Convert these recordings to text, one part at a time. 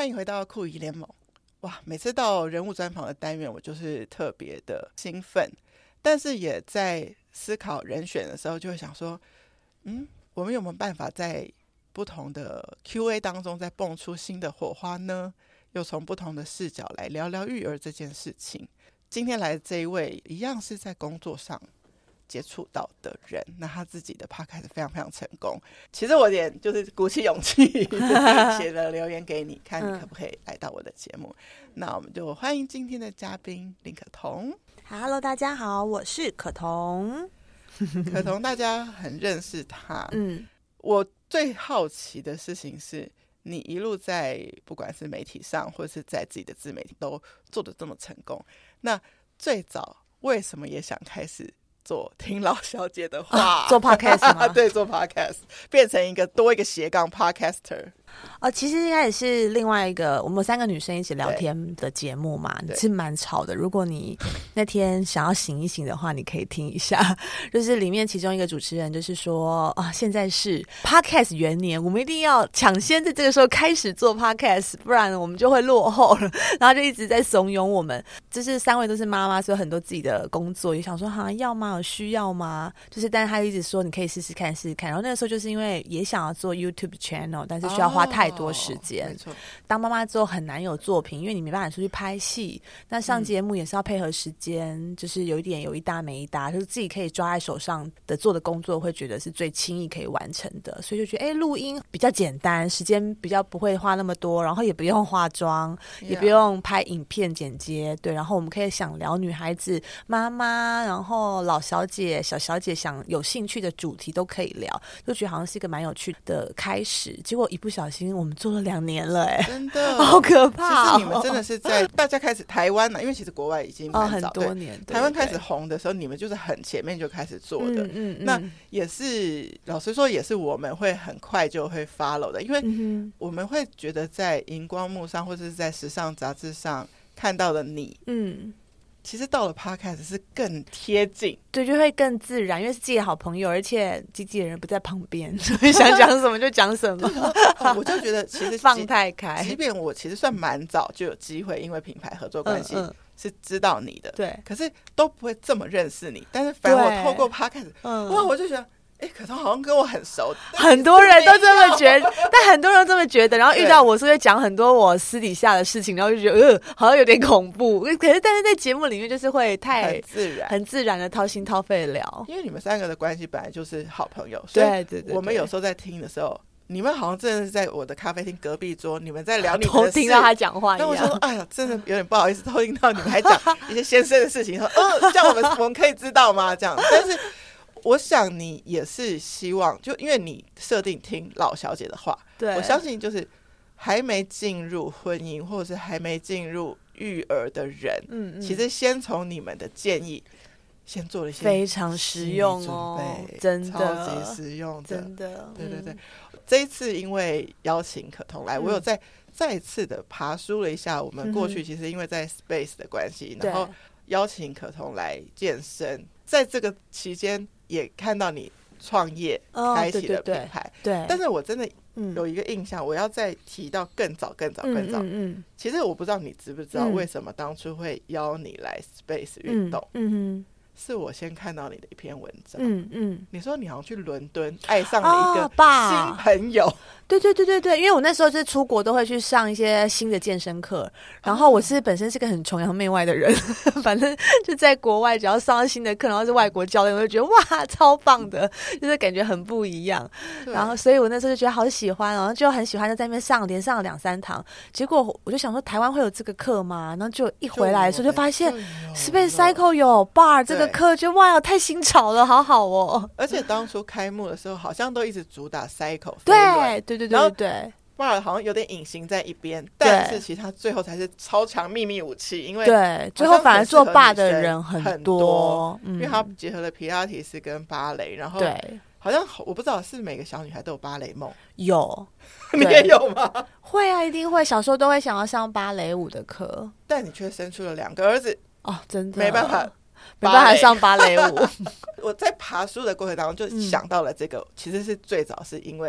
欢迎回到酷姨联盟。哇，每次到人物专访的单元，我就是特别的兴奋，但是也在思考人选的时候，就会想说，我们有没有办法在不同的 Q&A 当中再蹦出新的火花呢？又从不同的视角来聊聊育儿这件事情。今天来的这一位，一样是在工作上接触到的人，那他自己的 podcast 非常非常成功。其实我有点就是鼓起勇气写了留言给你，看你可不可以来到我的节目。那我们就欢迎今天的嘉宾林可彤。 Hello， 大家好，我是可彤。 可彤大家很认识他，我最好奇的事情是，你一路在不管是媒体上或是在自己的自媒体都做得这么成功，那最早为什么也想开始做听老小姐的话， 做 podcast 吗？ 对，做 podcast 变成多一个斜杠 podcaster。 其实一开始是另外一个我们3个女生一起聊天的节目嘛，是蛮吵的。如果你那天想要醒一醒的话，你可以听一下。就是里面其中一个主持人就是说现在是 podcast 元年，我们一定要抢先在这个时候开始做 podcast， 不然我们就会落后了。然后就一直在怂恿我们，就是3位都是妈妈，所以很多自己的工作，也想说要吗？有需要吗？就是但是他一直说你可以试试看。然后那个时候就是因为也想要做 YouTube channel， 但是需要花太多时间。当妈妈之后很难有作品，因为你没办法出去拍戏，那上节目也是要配合时间，就是有一搭没一搭，就是自己可以抓在手上的做的工作，会觉得是最轻易可以完成的，所以就觉得录音比较简单，时间比较不会花那么多，然后也不用化妆，也不用拍影片剪接，对，然后我们可以想聊女孩子、妈妈，然后老小姐、小小姐想有兴趣的主题都可以聊，就觉得好像是一个蛮有趣的开始。结果一不小心我们做了2年了， 真的好可怕。 其实你们真的是在大家开始台湾呢，因为其实国外已经蛮早， 很多年， 台湾开始红的时候，你们就是很前面就开始做的。那也是老实说，也是我们会很快就会 follow 的，因为我们会觉得在荧光幕上或者是在时尚杂志上看到的你，其实到了 podcast 是更贴近， 对，就会更自然，因为是自己的好朋友，而且自己的人不在旁边，所以想讲什么就讲什么。 我就觉得其实放太开， 即便我其实算蛮早就有机会，因为品牌合作关系是知道你的， 对， 可是都不会这么认识你。但是反正我透过 podcast，哇，我就觉得。可彤好像跟我很熟， 很多人都这么觉得，但很多人都这么觉得，然后遇到我是会讲很多我私底下的事情，然后就觉得好像有点恐怖。可是但是在节目里面就是会很自然的掏心掏肺的聊， 因为你们3个的关系本来就是好朋友，所以我们有时候在听的时候，你们好像真的是在我的咖啡厅隔壁桌，你们在聊你们的事， 偷听到他讲话一样。 那我说哎呀，真的有点不好意思，偷听到你们还讲一些先生的事情，说这样我们可以知道吗？这样，但是。我想你也是希望，就因为你设定听老小姐的话， 对， 我相信就是还没进入婚姻或者是还没进入育儿的人，其实先从你们的建议先做了一些非常实用哦，真的超级实用的， 真的， 对。这一次因为邀请可彤来，我有再次的爬梳了一下我们过去，其实因为在 Space 的关系，然后邀请可彤来健身，在这个期间。也看到你创业开启了品牌， 对， 但是我真的有一个印象，我要再提到更早。其实我不知道你知不知道，为什么当初会邀你来 Space 运动？是我先看到你的一篇文章，你说你好像去伦敦爱上了一个新朋友， 对，因为我那时候就是出国都会去上一些新的健身课，然后我本身是个很崇洋媚外的人，反正就在国外只要上到新的课，然后是外国教练，我就觉得哇超棒的，就是感觉很不一样，然后所以我那时候就觉得好喜欢，然后就很喜欢，就在那边连上了2-3堂，结果我就想说台湾会有这个课吗？然后就一回来的时候就发现 Space Cycle 有 Bar 这个课，就哇太新潮了，好好哦。 而且当初开幕的时候好像都一直主打 Cycle， 对 Bar 好像有点隐形在一边，但是其实他最后才是超强秘密武器，因为对最后反而做 Bar 的人很多， 因为他结合了皮拉提斯跟芭蕾，然后对，好像我不知道是每个小女孩都有芭蕾梦， 有你也有吗？ 会啊，一定会，小时候都会想要上芭蕾舞的课， 但你却生出了2个儿子哦，真的没办法上芭蕾舞。 我在爬书的过程当中就想到了这个，其实是最早是因为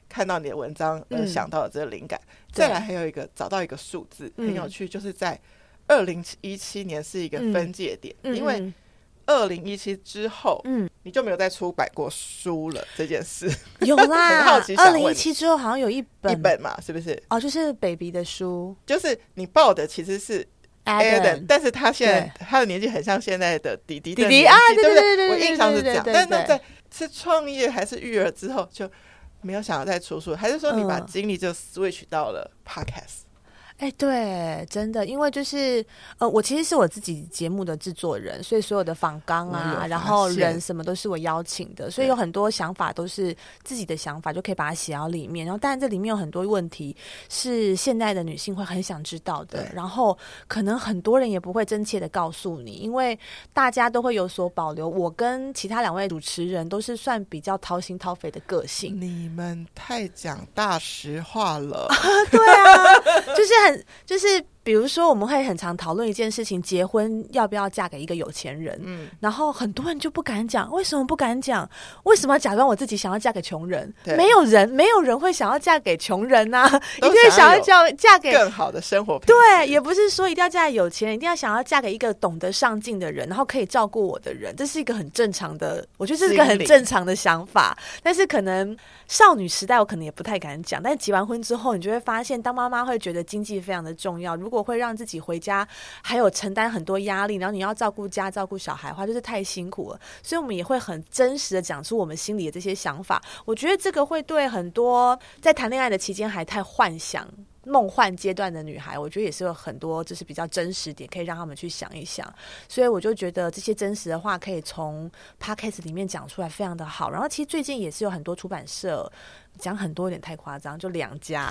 看到你的文章而想到的这个灵感。再来还有一个找到一个数字很有趣，就是在2017年是一个分界点，因为2017之后，你就没有再出版过书了这件事。 有啦， 很好奇想问 2017之后好像有一本嘛，是不是？ 哦，就是 baby 的书， 就是你报的其实是 Adam， 但是他现在他的年纪很像现在的弟弟的年纪， 啊， 对不对？ 我印象是这样，但是在是创业还是育儿之后就没有想要再出书，还是说你把精力就 switch 到了 podcast？ 对，真的，因为就是我其实是我自己节目的制作人，所以所有的访纲啊，然后人什么都是我邀请的，所以有很多想法都是自己的想法，就可以把它写到里面。然后当然这里面有很多问题是现代的女性会很想知道的，然后可能很多人也不会真切的告诉你，因为大家都会有所保留。我跟其他2位主持人都是算比较掏心掏肺的个性。 你们太讲大实话了。 对啊，就是比如说我们会很常讨论一件事情，结婚要不要嫁给一个有钱人，然后很多人就不敢讲。为什么不敢讲？为什么要假装我自己想要嫁给穷人？没有人会想要嫁给穷人啊，一定会想要嫁给更好的生活品质。 对，也不是说一定要嫁给有钱人，一定要想要嫁给一个懂得上进的人，然后可以照顾我的人，这是一个很正常的，我觉得这是一个很正常的想法。但是可能少女时代我可能也不太敢讲，但是结完婚之后你就会发现，当妈妈会觉得经济非常的重要，如果会让自己回家还有承担很多压力，然后你要照顾家照顾小孩的话，就是太辛苦了。所以我们也会很真实的讲出我们心里的这些想法。我觉得这个会对很多在谈恋爱的期间还太幻想梦幻阶段的女孩，我觉得也是有很多就是比较真实点可以让他们去想一想。所以我就觉得这些真实的话可以从 podcast 里面讲出来，非常的好。然后其实最近也是有很多出版社讲很多有点太夸张，就2家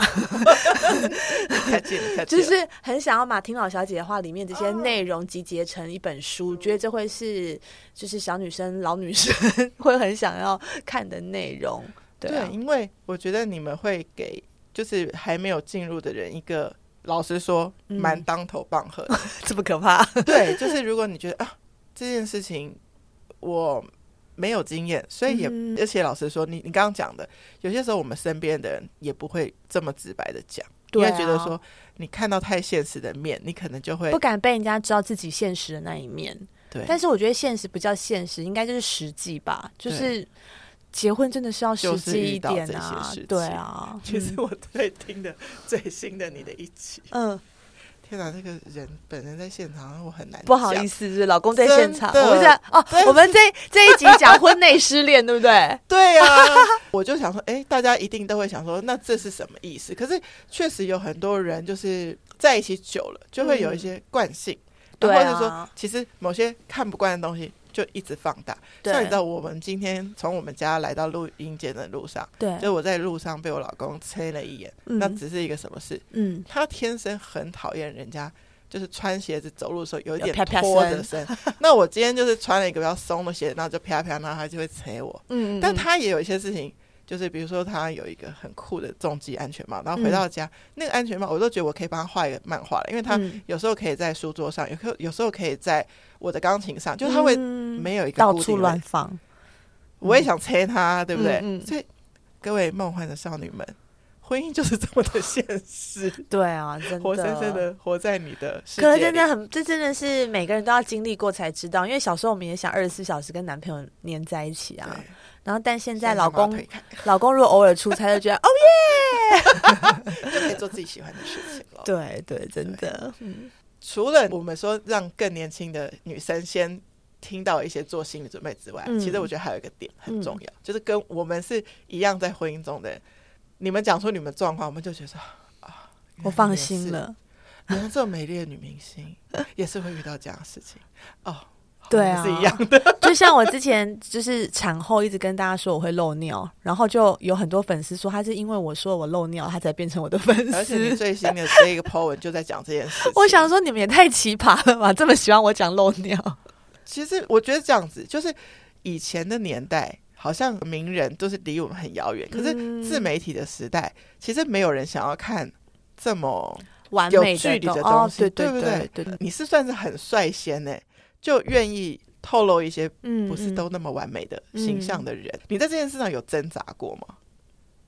就是很想要把听老小姐的话里面这些内容集结成一本书，觉得这会是就是小女生老女生会很想要看的内容。对， 因为我觉得你们会给就是还没有进入的人一个老实说蛮当头棒喝的这么可怕对，就是如果你觉得这件事情我没有经验，所以也而且老实说你刚刚讲的有些时候我们身边的人也不会这么直白的讲，因为觉得说你看到太现实的面，你可能就会不敢被人家知道自己现实的那一面。 对， 但是我觉得现实不叫现实，应该就是实际吧，就是结婚真的是要实际一点啊，对啊。 其实我最听的最新的你的一集，天哪，那个人本人在现场我很难讲， 不好意思，是老公在现场。我们这一集讲婚内失恋对不对？ 对啊我就想说大家一定都会想说那这是什么意思，可是确实有很多人就是在一起久了就会有一些惯性，或者说其实某些看不惯的东西就一直放大。像你知道我们今天从我们家来到录音间的路上，对，就我在路上被我老公催了一眼，那只是一个什么事？他天生很讨厌人家就是穿鞋子走路的时候有一点拖着身那我今天就是穿了一个比较松的鞋，然后就啪啪，然后他就会催我。但他也有一些事情，就是比如说他有一个很酷的重机安全帽，然后回到家那个安全帽我都觉得我可以帮他画一个漫画了，因为他有时候可以在书桌上，有时候可以在我的钢琴上，就他会没有一个固定到处乱放， 我也想催他，对不对？所以各位梦幻的少女们，婚姻就是这么的现实。 对啊，真的活生生的活在你的世界里。 可是真的这真的是每个人都要经历过才知道，因为小时候我们也想24小时跟男朋友黏在一起啊，然后但现在老公如果偶尔出差就觉得哦耶就可以做自己喜欢的事情了。 对对，真的。 除了我们说让更年轻的女生先听到一些做心理准备之外，其实我觉得还有一个点很重要，就是跟我们是一样在婚姻中的人，你们讲出你们状况，我们就觉得我放心了。 你们这么美丽的女明星也是会遇到这样的事情对啊， 是一样的。 就像我之前就是产后一直跟大家说我会漏尿，然后就有很多粉丝说他是因为我说我漏尿他才变成我的粉丝。 而且你最新的这一个 po 文就在讲这件事情我想说你们也太奇葩了吧，这么喜欢我讲漏尿。 其实我觉得这样子就是以前的年代好像名人都是离我们很遥远，可是自媒体的时代其实没有人想要看这么有距离的东西，对不对？你是算是很率先就愿意透露一些不是都那么完美的形象的人。你在这件事上有挣扎过吗？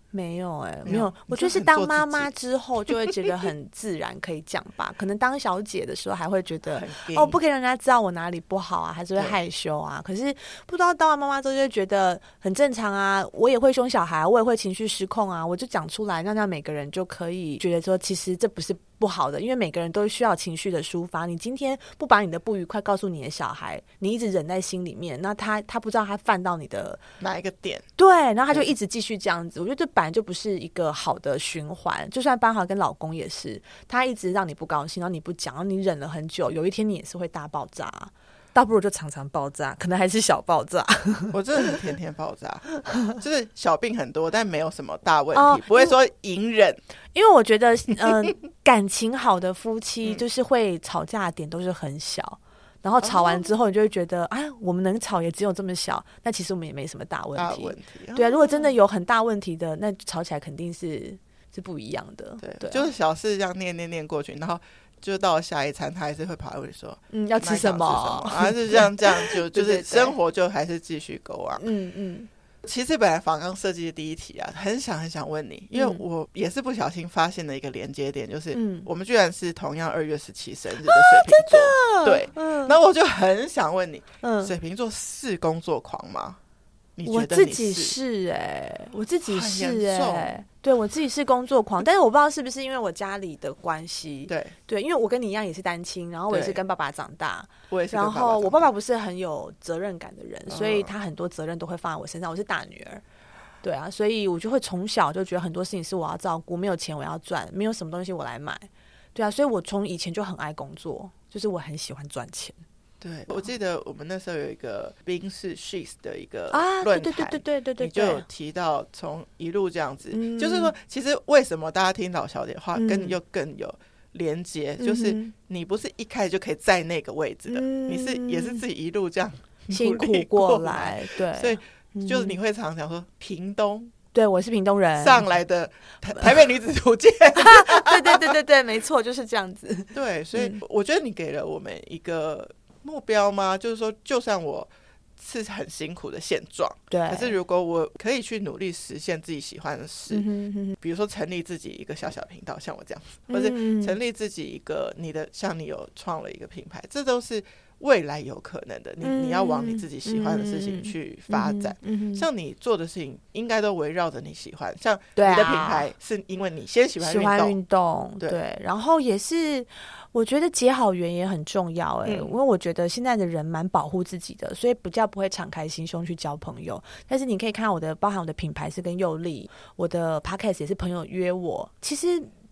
没有没有，我觉得是当妈妈之后就会觉得很自然可以讲吧。可能当小姐的时候还会觉得不可以让人家知道我哪里不好啊，还是会害羞啊。可是不知道当完妈妈之后就会觉得很正常啊，我也会凶小孩，我也会情绪失控啊，我就讲出来，让每个人就可以觉得说其实这不是不好的，因为每个人都需要情绪的抒发。你今天不把你的不愉快告诉你的小孩，你一直忍在心里面，那他不知道他犯到你的哪一个点， 对，然后他就一直继续这样子。我觉得这本来就不是一个好的循环。就算包括跟老公也是，他一直让你不高兴，然后你不讲，然后你忍了很久，有一天你也是会大爆炸。倒不如就常常爆炸，可能还是小爆炸。 我真的是天天爆炸，就是小病很多，但没有什么大问题，不会说隐忍。 因为我觉得，感情好的夫妻就是会吵架的点都是很小，然后吵完之后，你就会觉得，我们能吵也只有这么小，那其实我们也没什么大问题。对啊，如果真的有很大问题的，那吵起来肯定是不一样的。 对，就是小事这样念过去，然后就到了下一餐，他还是会跑来问你说， 要吃什么？ 还是这样就是生活就还是继续 go on。其实本来访纲设计的第一题啊，很想问你，因为我也是不小心发现的一个连接点，就是我们居然是同样2月17生日的水瓶座，对，然后我就很想问你，水瓶座是工作狂吗？你觉得你是？ 我自己是我自己是对，我自己是工作狂，但是我不知道是不是因为我家里的关系，对，因为我跟你一样也是单亲，然后我也是跟爸爸长大， 我也是跟爸爸长大， 然后我爸爸不是很有责任感的人，所以他很多责任都会放在我身上，我是大女儿。对啊，所以我就会从小就觉得很多事情是我要照顾，没有钱我要赚，没有什么东西我来买。对啊，所以我从以前就很爱工作，就是我很喜欢赚钱。 对，我记得我们那时候有一个宾士 Sheets 的一个论坛， 对， 你就有提到从一路这样子，就是说其实为什么大家听老小姐的话跟你又更有连结，就是你不是一开始就可以在那个位置的，你也是自己一路这样辛苦过来，对， 所以就是你会常常说屏东。 对，我是屏东人上来的台北女子图鉴对，没错，就是这样子。 对，所以我觉得你给了我们一个目标吗？就是说就算我是很辛苦的现状， 对， 可是如果我可以去努力实现自己喜欢的事，比如说成立自己一个小频道，像我这样子，或者成立自己一个像你有创了一个品牌，这都是未来有可能的。你要往你自己喜欢的事情去发展，像你做的事情应该都围绕着你喜欢，像你的品牌是因为你先喜欢运动， 对，然后也是我觉得结好缘也很重要因为我觉得现在的人蛮保护自己的，所以比较不会敞开心胸去交朋友。但是你可以看到包含我的品牌是跟佑利，我的 podcast 也是朋友约我，其实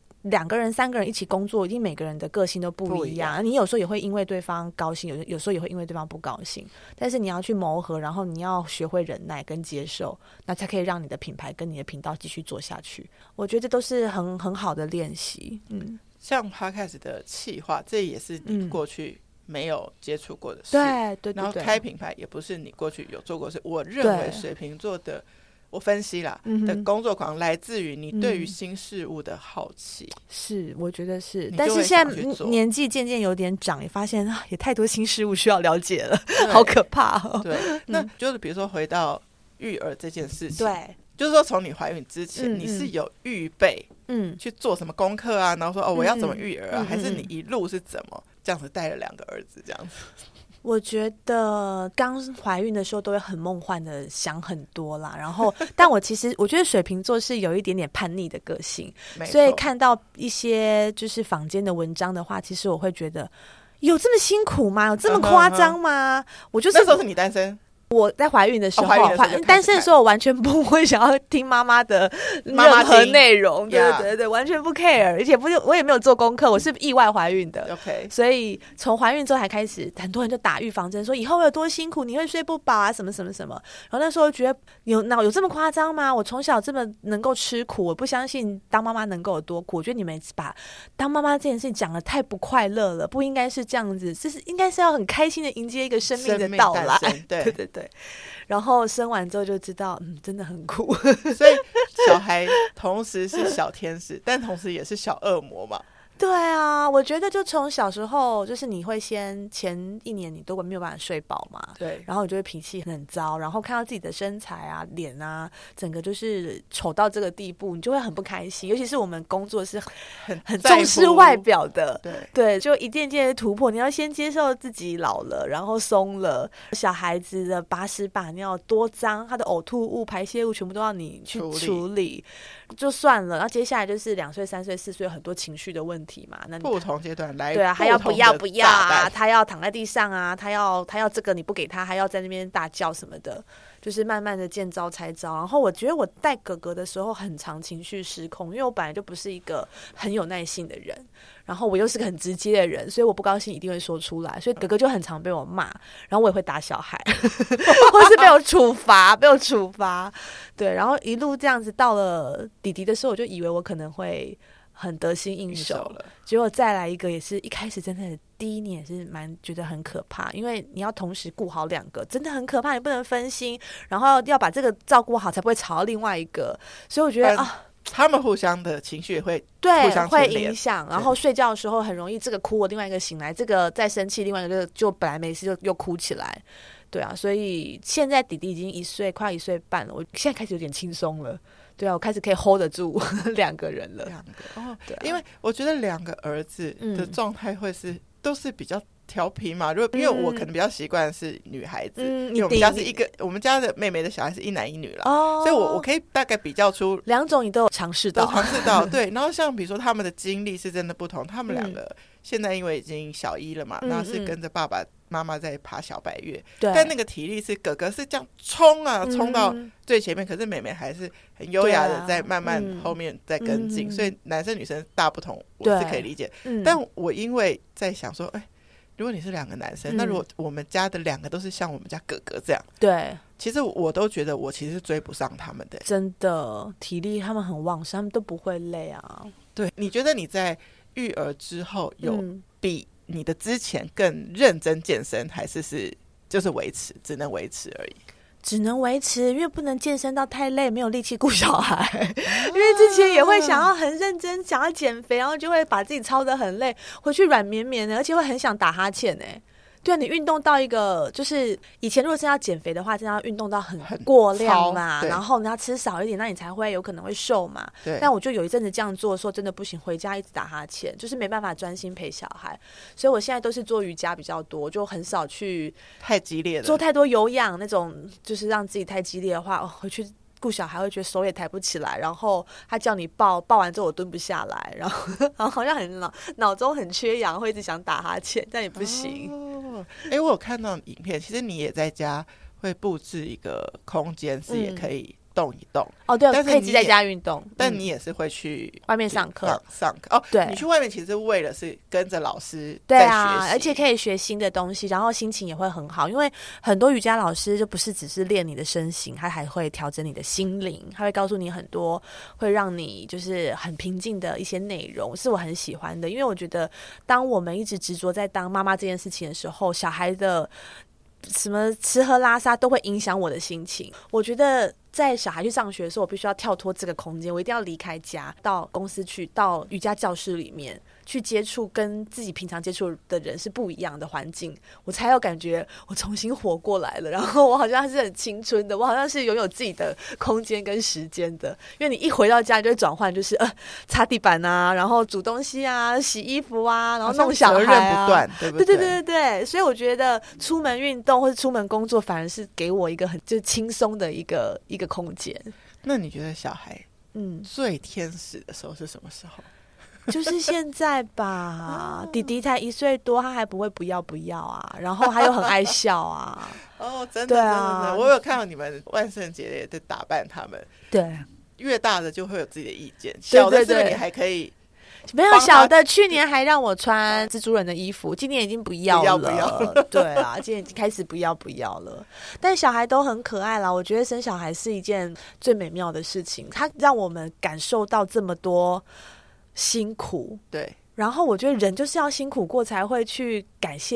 2个人3个人一起工作，一定每个人的个性都不一样，你有时候也会因为对方高兴，有时候也会因为对方不高兴，但是你要去磨合，然后你要学会忍耐跟接受，那才可以让你的品牌跟你的频道继续做下去。我觉得这都是很好的练习。 像 Podcast 的企划，这也是你过去没有接触过的事， 对， 然后开品牌也不是你过去有做过的事。我认为水瓶座的，我分析啦的工作狂来自于你对于新事物的好奇， 是我觉得是，但是现在年纪渐渐有点长，也发现也太多新事物需要了解了，好可怕对，那就是比如说回到育儿这件事情， 对， 就是说从你怀孕之前，你是有预备去做什么功课啊，然后说我要怎么育儿啊，还是你一路是怎么这样子带了2个儿子这样子？ 我觉得刚怀孕的时候都会很梦幻的想很多啦，然后但我觉得水瓶座是有一点点叛逆的个性，所以看到一些就是坊间的文章的话，其实我会觉得有这么辛苦吗？有这么夸张吗？我就是那时候是你单身。 我在怀孕的时候，单身的时候我完全不会想要听妈妈的任何内容，对，完全不 care， 而且我也没有做功课，我是意外怀孕的 ，OK， 所以从怀孕之后还开始，很多人就打预防针，说以后有多辛苦，你会睡不饱啊，什么什么什么。然后那时候觉得有这么夸张吗？我从小这么能够吃苦，我不相信当妈妈能够有多苦。我觉得你们把当妈妈这件事情讲得太不快乐了，不应该是这样子，就是应该是要很开心的迎接一个生命的到来，对，然后生完之后就知道真的很苦所以小孩同时是小天使但同时也是小恶魔嘛， 对啊，我觉得就从小时候，就是你会先前一年你都没有办法睡饱嘛， 对， 然后你就会脾气很糟，然后看到自己的身材啊、脸啊，整个就是丑到这个地步，你就会很不开心。尤其是我们工作是很重视外表的，对，就一件件的突破，你要先接受自己老了，然后松了，小孩子的把屎把尿多脏，他的呕吐物、排泄物全部都要你去处理，就算了。然后接下来就是2岁、3岁、4岁有很多情绪的问题嘛，那不同阶段来， 对啊，还要不要啊，他要躺在地上啊，他要这个你不给他，还要在那边大叫什么的，就是慢慢的见招拆招。然后我觉得我带哥哥的时候很常情绪失控，因为我本来就不是一个很有耐性的人，然后我又是个很直接的人，所以我不高兴一定会说出来，所以哥哥就很常被我骂，然后我也会打小孩或是被我处罚对，然后一路这样子到了弟弟的时候，我就以为我可能会很得心应手了，结果再来一个也是一开始真的第一年也是蛮觉得很可怕，因为你要同时顾好2个，真的很可怕，你不能分心，然后要把这个照顾好才不会吵到另外一个，所以我觉得他们互相的情绪也会对会影响，然后睡觉的时候很容易这个哭，我另外一个醒来，这个再生气，另外一个就本来没事就又哭起来，对啊，所以现在弟弟已经1岁快1岁半了，我现在开始有点轻松了。对啊，我开始可以 hold 得住2个人了。 对啊，因为我觉得2个儿子的状态会都是比较调皮嘛。因为我可能比较习惯是女孩子，因为我们家是我们家的妹妹的小孩是1男1女啦，所以我可以大概比较出 2种你都有尝试到， 对。然后像比如说他们的经历是真的不同，他们2个现在因为已经小1了嘛，然后是跟着爸爸妈妈在爬小白月，但那个体力是哥哥是这样冲到最前面，可是妹妹还是很优雅的在慢慢后面在跟进，所以男生女生大不同我是可以理解，但我因为在想说如果你是2个男生，那如果我们家的2个都是像我们家哥哥这样， 对， 其实我都觉得我其实追不上他们的， 真的体力他们很旺盛，他们都不会累啊。 对，你觉得你在育儿之后有比你的之前更认真健身，还是就是只能维持而已？ 只能维持，因为不能健身到太累，没有力气顾小孩。因为之前也会想要很认真，想要减肥，然后就会把自己操得很累，回去软绵绵的，而且会很想打哈欠对啊，你运动到一个，就是以前如果真要减肥的话，真要运动到很过量嘛，然后你要吃少一点，那你才会有可能会瘦嘛。但我就有一阵子这样做的时候，真的不行，回家一直打哈欠，就是没办法专心陪小孩。所以我现在都是做瑜伽比较多，就很少去太激烈了， 做太多有氧那种，就是让自己太激烈的话，回去顾小孩会觉得手也抬不起来，然后他叫你抱完之后我蹲不下来，然后好像很脑中很缺氧，会一直想打哈欠，但也不行。 我有看到影片，其实你也在家会布置一个空间，是也可以动一动。 对，但是可以在家运动， 但你也是会去外面上课。 对，你去外面其实为了是跟着老师在学习，对啊， 而且可以学新的东西，然后心情也会很好。因为很多瑜伽老师就不是只是练你的身形，他还会调整你的心灵，他会告诉你很多会让你就是很平静的一些内容，是我很喜欢的。因为我觉得当我们一直执着在当妈妈这件事情的时候，小孩的什么吃喝拉撒都会影响我的心情。我觉得在小孩去上学的时候，我必须要跳脱这个空间，我一定要离开家，到公司去，到瑜伽教室里面去接触跟自己平常接触的人是不一样的环境，我才有感觉我重新活过来了，然后我好像是很青春的，我好像是拥有自己的空间跟时间的。因为你一回到家你就会转换，就是擦地板啊，然后煮东西啊，洗衣服啊，然后弄小孩啊， 责任不断，对不对？ 对，所以我觉得出门运动或者出门工作反而是给我一个很就轻松的一个空间。 那你觉得小孩最天使的时候是什么时候？ 就是现在吧，弟弟才1岁多，他还不会不要啊，然后他又很爱笑啊。 真的，对啊，真的，我有看到你们万圣节也在打扮他们。 对， 越大的就会有自己的意见，小的是不是你还可以？ 没有，小的去年还让我穿蜘蛛人的衣服，今年已经不要了。对啊，今年已经开始不要了。但小孩都很可爱啦，我觉得生小孩是一件最美妙的事情，它让我们感受到这么多辛苦。 对， 然后我觉得人就是要辛苦过才会去感谢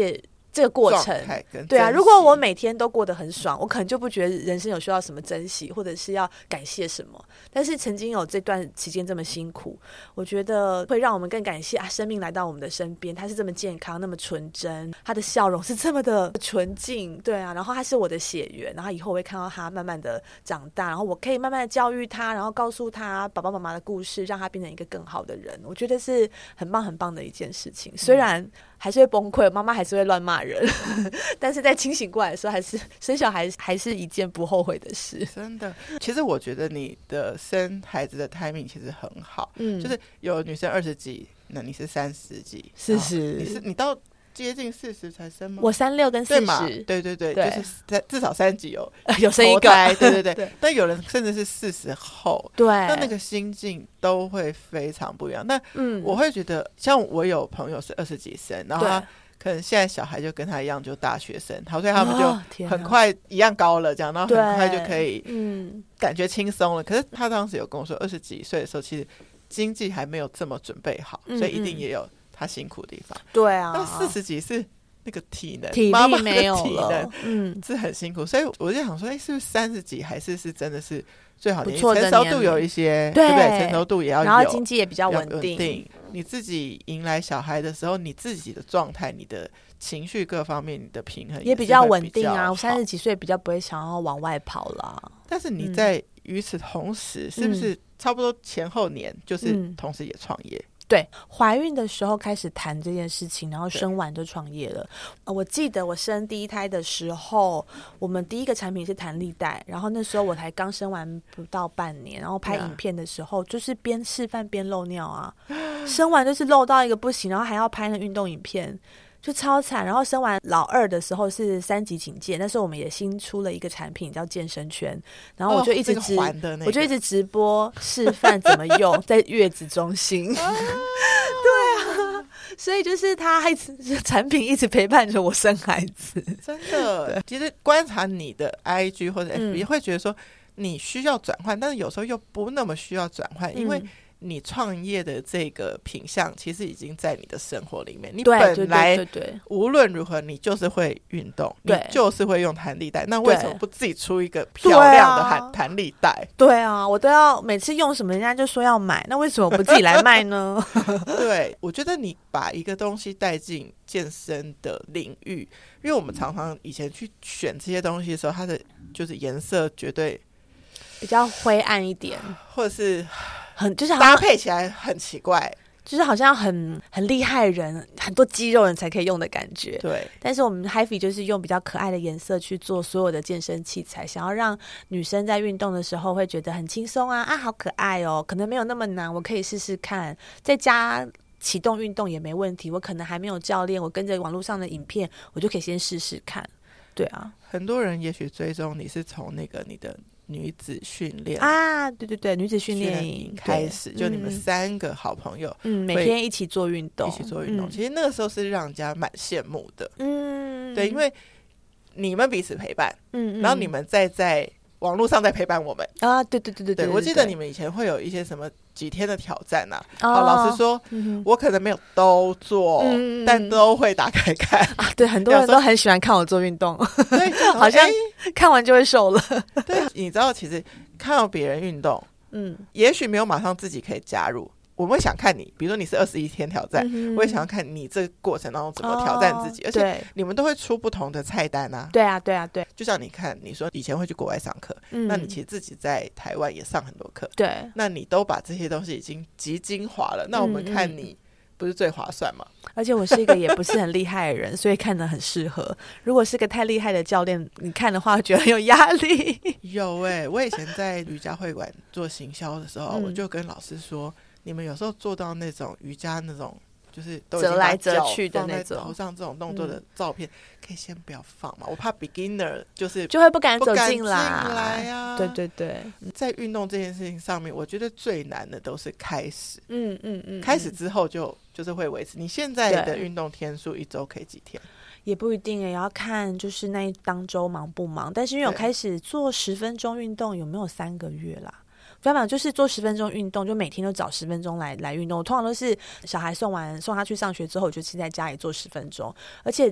这个过程。对啊，如果我每天都过得很爽，我可能就不觉得人生有需要什么珍惜或者是要感谢什么。但是曾经有这段期间这么辛苦，我觉得会让我们更感谢生命来到我们的身边，他是这么健康，那么纯真，他的笑容是这么的纯净。对啊，然后他是我的血缘，然后以后我会看到他慢慢的长大，然后我可以慢慢的教育他，然后告诉他爸爸妈妈的故事，让他变成一个更好的人。我觉得是很棒很棒的一件事情。虽然还是会崩溃，妈妈还是会乱骂人但是在清醒过来的时候，还是生小孩还是一件不后悔的事。 真的，其实我觉得你的生孩子的 timing 其实很好，就是有女生20几，那你是30几 40， 你到接近40才生吗？ 我36跟40， 对，就是至少30几有生一个， 对。但有人甚至是40后， 对， 那个心境都会非常不一样。那我会觉得，像我有朋友是20几生，然后他可能现在小孩就跟他一样，就大学生，好，所以他们就很快一样高了，这样，然后很快就可以，感觉轻松了。可是他当时有跟我说，20几岁的时候，其实经济还没有这么准备好，所以一定也有他辛苦的地方。 对啊， 但40几是那个体力没有了， 是很辛苦。所以我就想说，是不是30几还是真的是最好的年龄？ 成熟度有一些，对不对？成熟度也要有， 然后经济也比较稳定。 你自己迎来小孩的时候，你自己的状态、你的情绪各方面，你的平衡也比较稳定啊。我30几岁比较不会想要往外跑啦。 但是你在与此同时，是不是差不多前后年，就是同时也创业？ 对，怀孕的时候开始谈这件事情，然后生完就创业了。我记得我生第一胎的时候，我们第一个产品是弹力带，然后那时候我才刚生完不到半年，然后拍影片的时候就是边示范边漏尿啊，生完就是漏到一个不行，然后还要拍那运动影片，就超惨。然后生完老二的时候是3级警戒，那时候我们也新出了一个产品叫健身圈，然后我就一直我就一直直播示范怎么用在月子中心对啊，所以就是他产品一直陪伴着我生孩子。 真的，其实观察你的 IG 或者 FB 会觉得说你需要转换，但是有时候又不那么需要转换，因为你创业的这个品项其实已经在你的生活里面，你本来无论如何你就是会运动，你就是会用弹力带，那为什么不自己出一个漂亮的弹力带？ 对啊，我都要每次用什么人家就说要买，那为什么不自己来卖呢？ 对，我觉得你把一个东西带进健身的领域，因为我们常常以前去选这些东西的时候，它的就是颜色绝对比较灰暗一点， 或者是就是搭配起来很奇怪， 就是好像很厉害人，很多肌肉人才可以用的感觉。 对， 但是我们 HiFi 就是用比较可爱的颜色去做所有的健身器材，想要让女生在运动的时候会觉得很轻松啊，好可爱哦，可能没有那么难，我可以试试看，在家启动运动也没问题。我可能还没有教练，我跟着网络上的影片，我就可以先试试看。对啊， 很多人也许追踪你是从那个你的女子训练啊，对，女子训练营开始，就你们3个好朋友， 每天一起做运动， 其实那个时候是让人家蛮羡慕的，对，因为你们彼此陪伴，然后你们在网络上在陪伴我们啊，对， 我记得你们以前会有一些什么几天的挑战啊，老实说，我可能没有都做，但都会打开看啊。对，很多人都很喜欢看我做运动，对，好像看完就会瘦了。 对，你知道，其实看到别人运动，也许没有马上自己可以加入。我们会想看你，比如说你是21天挑战，我也想要看你这个过程当中怎么挑战自己，而且你们都会出不同的菜单啊。 对啊， 就像你看，你说以前会去国外上课，那你其实自己在台湾也上很多课， 对， 那你都把这些东西已经极精华了，那我们看你不是最划算吗？ 而且我是一个也不是很厉害的人，所以看得很适合。如果是个太厉害的教练，你看的话觉得很有压力。 有我以前在瑜伽会馆做行销的时候，我就跟老师说，你们有时候做到那种瑜伽那种就是都折来折去的那种头上这种动作的照片，可以先不要放嘛，我怕 beginner 就会不敢走进来啊。 对， 在运动这件事情上面，我觉得最难的都是开始，开始之后就是会维持。你现在的运动天数1周可以几天？ 也不一定也要看就是那一当周忙不忙，但是因为我开始做10分钟运动，有没有3个月啦？反正就是做10分钟运动，就每天都找10分钟来运动。我通常都是小孩送他去上学之后，我就在家里做10分钟。而且你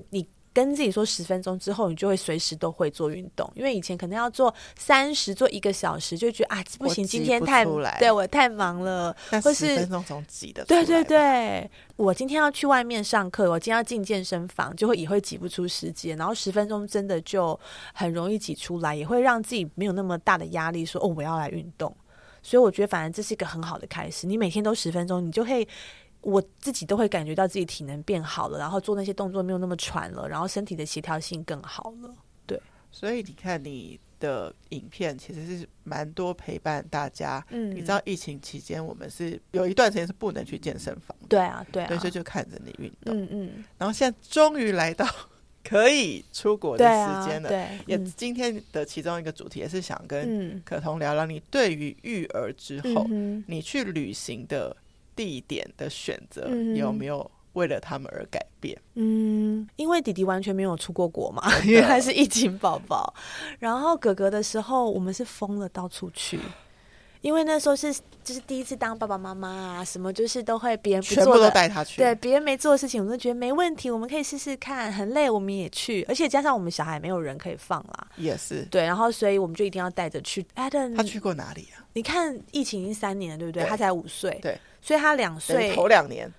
跟自己说10分钟之后，你就会随时都会做运动。因为以前可能要做30做1个小时，就觉得啊不行，今天对我太忙了，或是 10分钟总挤得出来。 对对对，我今天要去外面上课，我今天要进健身房，也会挤不出时间，然后10分钟真的就很容易挤出来，也会让自己没有那么大的压力说我要来运动。所以我觉得反正这是一个很好的开始，你每天都10分钟，你就会我自己都会感觉到自己体能变好了，然后做那些动作没有那么喘了，然后身体的协调性更好了。对， 所以你看你的影片其实是蛮多陪伴大家。你知道疫情期间我们是有一段时间是不能去健身房的。 对啊对啊， 所以就看着你运动。然后现在终于来到可以出国的时间了。也今天的其中一个主题也是想跟可彤聊聊你对于育儿之后你去旅行的地点的选择有没有为了他们而改变？ 因为弟弟完全没有出过国嘛，因为他是疫情宝宝。然后哥哥的时候，我们是疯了，到处去。因为那时候就是第一次当爸爸妈妈啊，什么就是都会别人不做的全部都带他去， 对别人没做的事情，我们都觉得没问题，我们可以试试看，很累我们也去，而且加上我们小孩没有人可以放啦， 也是对， 然后所以我们就一定要带着去。Adam 他去过哪里啊？ 你看疫情已经3年了，对不对？他才5岁， 对， 所以他2岁， 头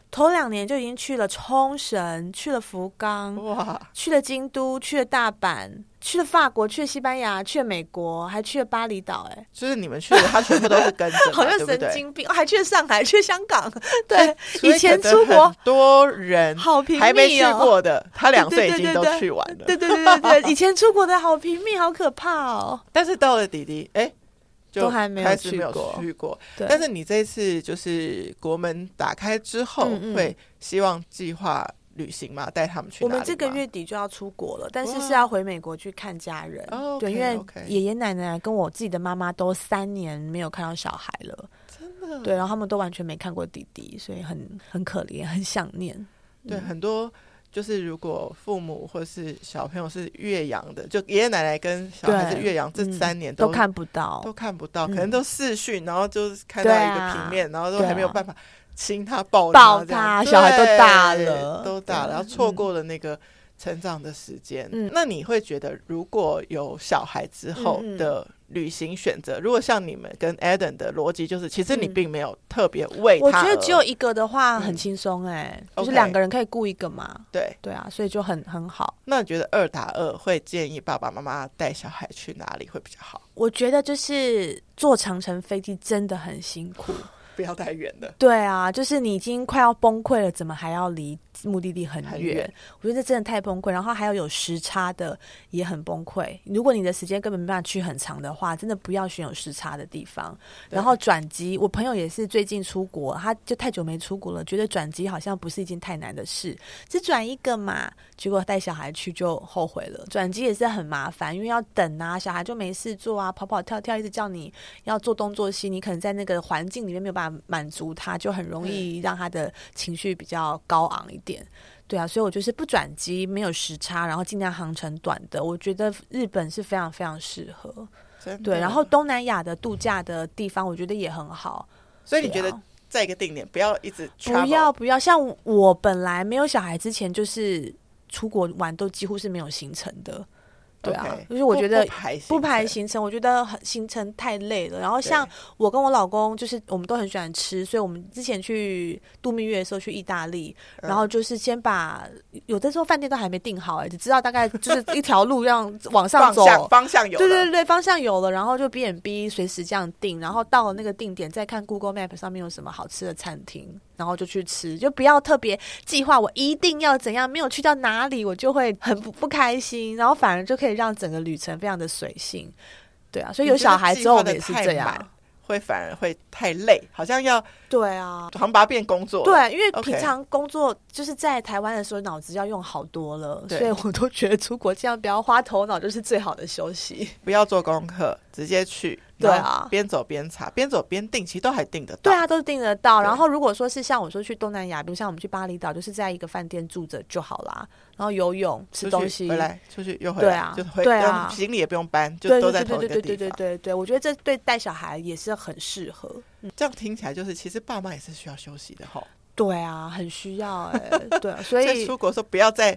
2年就已经去了冲绳，去了福冈， 哇， 去了京都，去了大阪，去了法国，去了西班牙，去了美国，还去了巴厘岛。 就是你们去的他全部都是跟着好像神经病，还去了上海，去了香港。对，以前出国很多人好频密还没去过的，他2岁已经都去完了。 对，以前出国的好频密，好可怕哦。 但是到了弟弟就都还没有去过。但是你这一次就是国门打开之后会希望计划旅行嘛，带他们去哪里吗？ 我们这个月底就要出国了，但是要回美国去看家人。对，因为爷爷奶奶跟我自己的妈妈都3年没有看到小孩了， 真的。 对，然后他们都完全没看过弟弟，所以很可怜，很想念。 对，很多就是如果父母或是小朋友是越洋的，就爷爷奶奶跟小孩子越洋，这3年都看不到， 可能都视讯，然后就是看到一个平面，然后都还没有办法亲他抱他， 小孩都大了， 然后错过了那个成长的时间。那你会觉得如果有小孩之后的旅行选择，如果像你们跟 Adam 的逻辑就是其实你并没有特别为他， 我觉得只有一个的话很轻松就是2个人可以顾一个嘛。对啊，所以就很好。 那你觉得2打2会建议爸爸妈妈带小孩去哪里会比较好？ 我觉得就是坐长程飞机真的很辛苦， 不要太远了。 对啊，就是你已经快要崩溃了，怎么还要离目的地很远？我觉得这真的太崩溃。然后还有时差的也很崩溃。如果你的时间根本没办法去很长的话，真的不要选有时差的地方。然后转机，我朋友也是最近出国，他就太久没出国了，觉得转机好像不是一件太难的事，只转一个嘛。结果带小孩去就后悔了。转机也是很麻烦，因为要等啊，小孩就没事做啊，跑跑跳跳，一直叫你要做东做西，你可能在那个环境里面没有办法满足他，就很容易让他的情绪比较高昂一点。对啊，所以我就是不转机，没有时差，然后尽量航程短的。我觉得日本是非常非常适合。对，然后东南亚的度假的地方，我觉得也很好。 所以你觉得在一个定点，不要一直 travel？ 不要，像我本来没有小孩之前，就是出国玩都几乎是没有行程的。对啊，就是我觉得不排行程，我觉得行程太累了。然后像我跟我老公，就是我们都很喜欢吃，所以我们之前去度蜜月的时候去意大利，然后就是先把有的时候饭店都还没订好，只知道大概就是一条路让往上走， 方向有了， 对，方向有了，然后就 B&B 随时这样订，然后到了那个定点再看 Google Map 上面有什么好吃的餐厅，然后就去吃，就不要特别计划我一定要怎样，没有去到哪里我就会很不开心，然后反而就可以让整个旅程非常的随性。对啊，所以有小孩之后我们也是这样， 反而会太累，好像要对啊， 好像把它变工作了。 对，因为平常工作就是在台湾的时候脑子要用好多了，所以我都觉得出国这样不要花头脑就是最好的休息， 不要做功课直接去。对啊，边走边查，边走边订，其实都还订得到。 对啊，都订得到。然后如果说是像我说去东南亚，比如像我们去巴厘岛，就是在一个饭店住着就好啦，然后游泳、吃东西， 回来出去又回来，对啊，行李也不用搬，就都在同一个地方。 对，我觉得这对带小孩也是很适合。 这样听起来就是，其实爸妈也是需要休息的齁。 对啊，很需要对，所以出国的时候不要再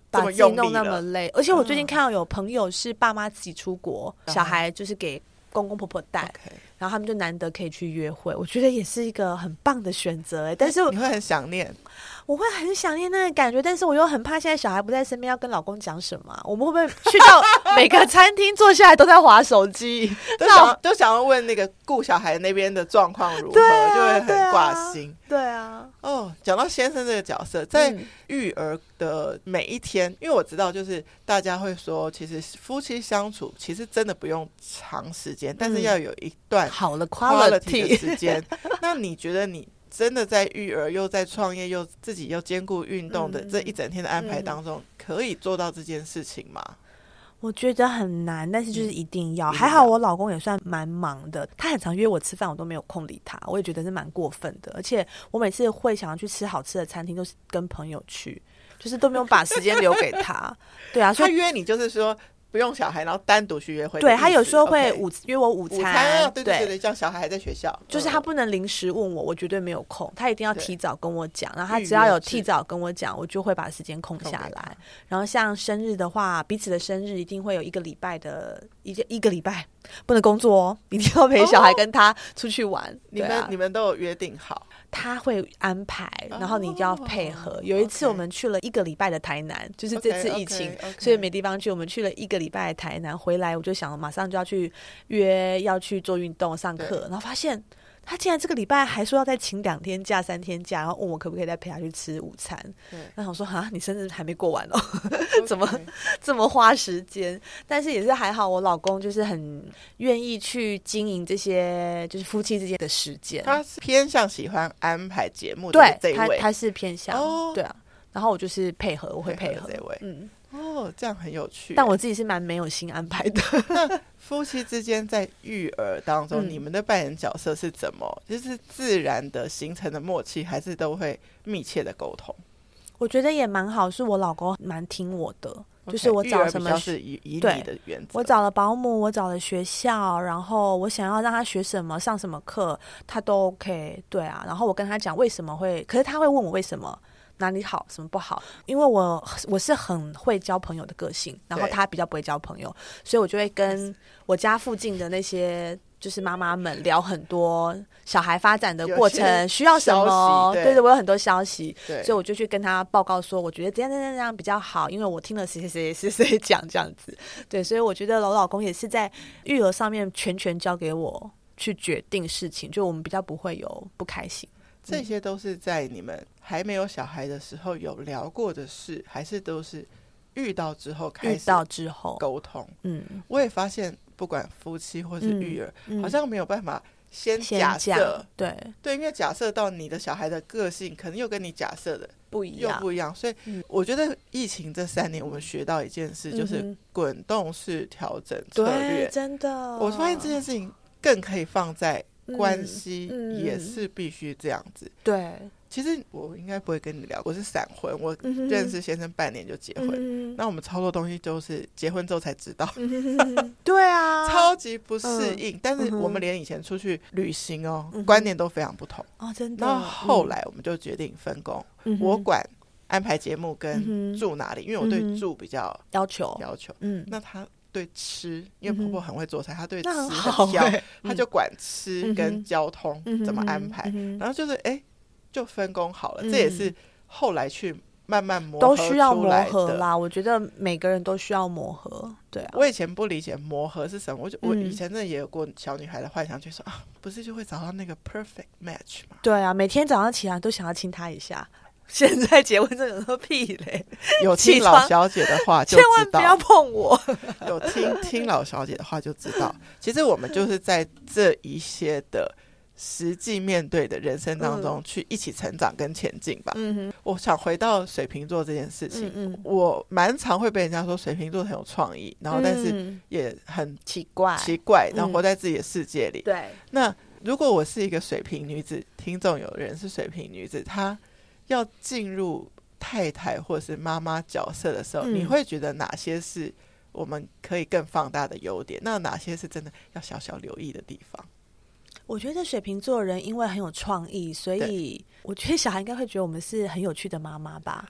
把自己弄那么累。而且我最近看到有朋友是爸妈自己出国，小孩就是给公公婆婆带，然后他们就难得可以去约会，我觉得也是一个很棒的选择。但是你会很想念？ 我会很想念那个感觉，但是我又很怕现在小孩不在身边要跟老公讲什么。我们会不会去到每个餐厅坐下来都在滑手机都想要问那个顾小孩那边的状况如何，就会很挂心。 对啊。 讲到先生这个角色，在育儿的每一天，因为我知道就是大家会说其实夫妻相处其实真的不用长时间，但是要有一段好的 quality 的时间。那你觉得你真的在育儿又在创业又自己又兼顾运动的这一整天的安排当中，可以做到这件事情吗？ 我觉得很难，但是就是一定要。还好我老公也算蛮忙的，他很常约我吃饭，我都没有空理他，我也觉得是蛮过分的。而且我每次会想要去吃好吃的餐厅，都是跟朋友去，就是都没有把时间留给他。对啊，所以他约你就是说不用小孩，然后单独去约会。 对，他有时候会约我午餐， 对对对，像小孩还在学校， 就是他不能临时问我，我绝对没有空，他一定要提早跟我讲。然后他只要有提早跟我讲，我就会把时间空下来。然后像生日的话，彼此的生日一定会有一个礼拜的一个礼拜不能工作哦，一定要陪小孩跟他出去玩。 你们都有约定好？ 他会安排，然后你就要配合。有一次我们去了一个礼拜的台南，就是这次疫情，所以没地方去，我们去了一个礼拜的台南，回来我就想马上就要去约要去做运动上课，然后发现他竟然这个礼拜还说要再请2天假3天假，然后问我可不可以再陪他去吃午餐。那我说你生日还没过完哦怎么这么花时间？但是也是还好我老公就是很愿意去经营这些就是夫妻之间的时间。 他是偏向喜欢安排节目的这一位。 他是偏向对啊，然后我就是配合，我会配合这位。这样很有趣。 但我自己是蛮没有心安排的。 那夫妻之间在育儿当中，你们的扮演角色是怎么？就是自然的形成的默契，还是都会密切的沟通？ 我觉得也蛮好，是我老公蛮听我的。就是我找什么是以你的原则， 我找了保姆，我找了学校，然后我想要让他学什么、上什么课，他都 OK。对啊，然后我跟他讲为什么会，可是他会问我为什么。哪里好什么不好，因为我是很会交朋友的个性，然后他比较不会交朋友，所以我就会跟我家附近的那些就是妈妈们聊很多小孩发展的过程需要什么。对，我有很多消息，所以我就去跟他报告说我觉得这样比较好，因为我听了谁讲这样子。对，所以我觉得我老公也是在育儿上面全交给我去决定事情，就我们比较不会有不开心。 这些都是在你们还没有小孩的时候有聊过的事，还是都是遇到之后开始沟通？我也发现不管夫妻或是育儿，好像没有办法先假设。对，因为假设到你的小孩的个性可能又跟你假设的不一样，所以我觉得疫情这3年我们学到一件事，就是滚动式调整策略。 真的， 我发现这件事情更可以放在关系也是必须这样子。 对， 其实我应该不会跟你聊，我是闪婚，我认识先生半年就结婚，那我们超多东西都是结婚之后才知道。 对啊， 超级不适应。但是我们连以前出去旅行观念都非常不同真的。 那后来我们就决定分工，我管安排节目跟住哪里，因为我对住比较要求，那他对吃，因为婆婆很会做菜，她对吃很挑，她就管吃跟交通怎么安排，然后就是就分工好了。这也是后来去慢慢磨合出来的， 都需要磨合啦。我觉得每个人都需要磨合。对啊， 我以前不理解磨合是什么，我以前真的也有过小女孩的幻想，就说不是就会找到那个 perfect match 吗？ 对啊，每天早上起来都想要亲她一下。现在结婚真的说屁嘞！ 有听老小姐的话就知道， 千万不要碰我。 有听老小姐的话就知道，其实我们就是在这一些的实际面对的人生当中去一起成长跟前进吧。我想回到水瓶座这件事情，我蛮常会被人家说水瓶座很有创意，然后但是也很奇怪，然后活在自己的世界里。 对， 那如果我是一个水瓶女子，听众有人是水瓶女子，她要进入太太或是妈妈角色的时候，你会觉得哪些是我们可以更放大的优点？那哪些是真的要小小留意的地方？ 我觉得水瓶座人因为很有创意，所以我觉得小孩应该会觉得我们是很有趣的妈妈吧。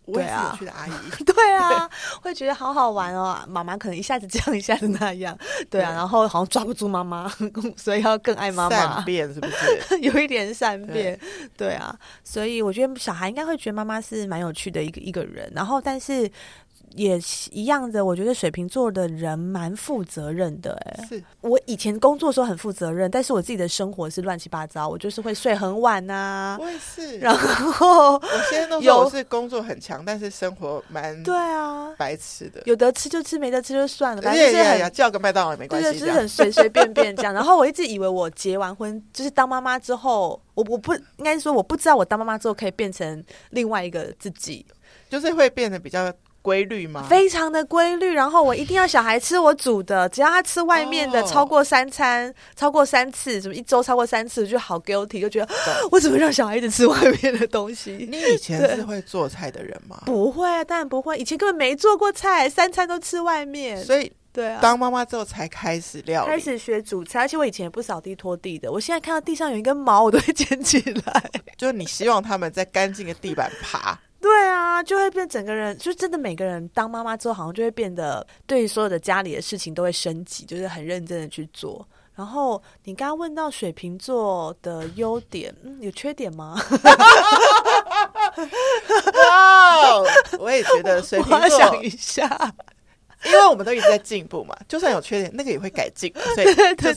我也是有趣的阿姨。 对啊，会觉得好好玩哦。妈妈可能一下子这样，一下子那样，对啊，然后好像抓不住妈妈，所以要更爱妈妈。 善变是不是？ 有一点善变，对啊。所以我觉得小孩应该会觉得妈妈是蛮有趣的一个人，然后但是。也一样的，我觉得水瓶座的人蛮负责任的。 是我以前工作的时候很负责任，但是我自己的生活是乱七八糟，我就是会睡很晚啊。 我也是。 然后我现在都说我是工作很强，但是生活蛮对啊白痴的， 有得吃就吃，没得吃就算了，反正就是叫个麦当劳也没关系， 对，就是很随随便便这样。然后我一直以为我结完婚就是当妈妈之后，我不应该说我不知道我当妈妈之后可以变成另外一个自己， 就是会变得比较规律吗？ 非常的规律，然后我一定要小孩吃我煮的，只要他吃外面的超过3餐，超过3次，什么1周超过3次，就好 guilty， 就觉得我怎么让小孩一直吃外面的东西？ 你以前是会做菜的人吗？ 不会，当然不会，以前根本没做过菜，3餐都吃外面， 所以对啊， 当妈妈之后才开始料理， 开始学煮菜，而且我以前也不扫地拖地的，我现在看到地上有一根毛，我都会捡起来。 就是你希望他们在干净的地板爬。 对啊，就会变整个人，就真的每个人当妈妈之后，好像就会变得对所有的家里的事情都会升级，就是很认真的去做。然后你刚刚问到水瓶座的优点，有缺点吗？ 哇，我也觉得水瓶座， 我要想一下。 因为我们都一直在进步嘛，就算有缺点，那个也会改进，所以对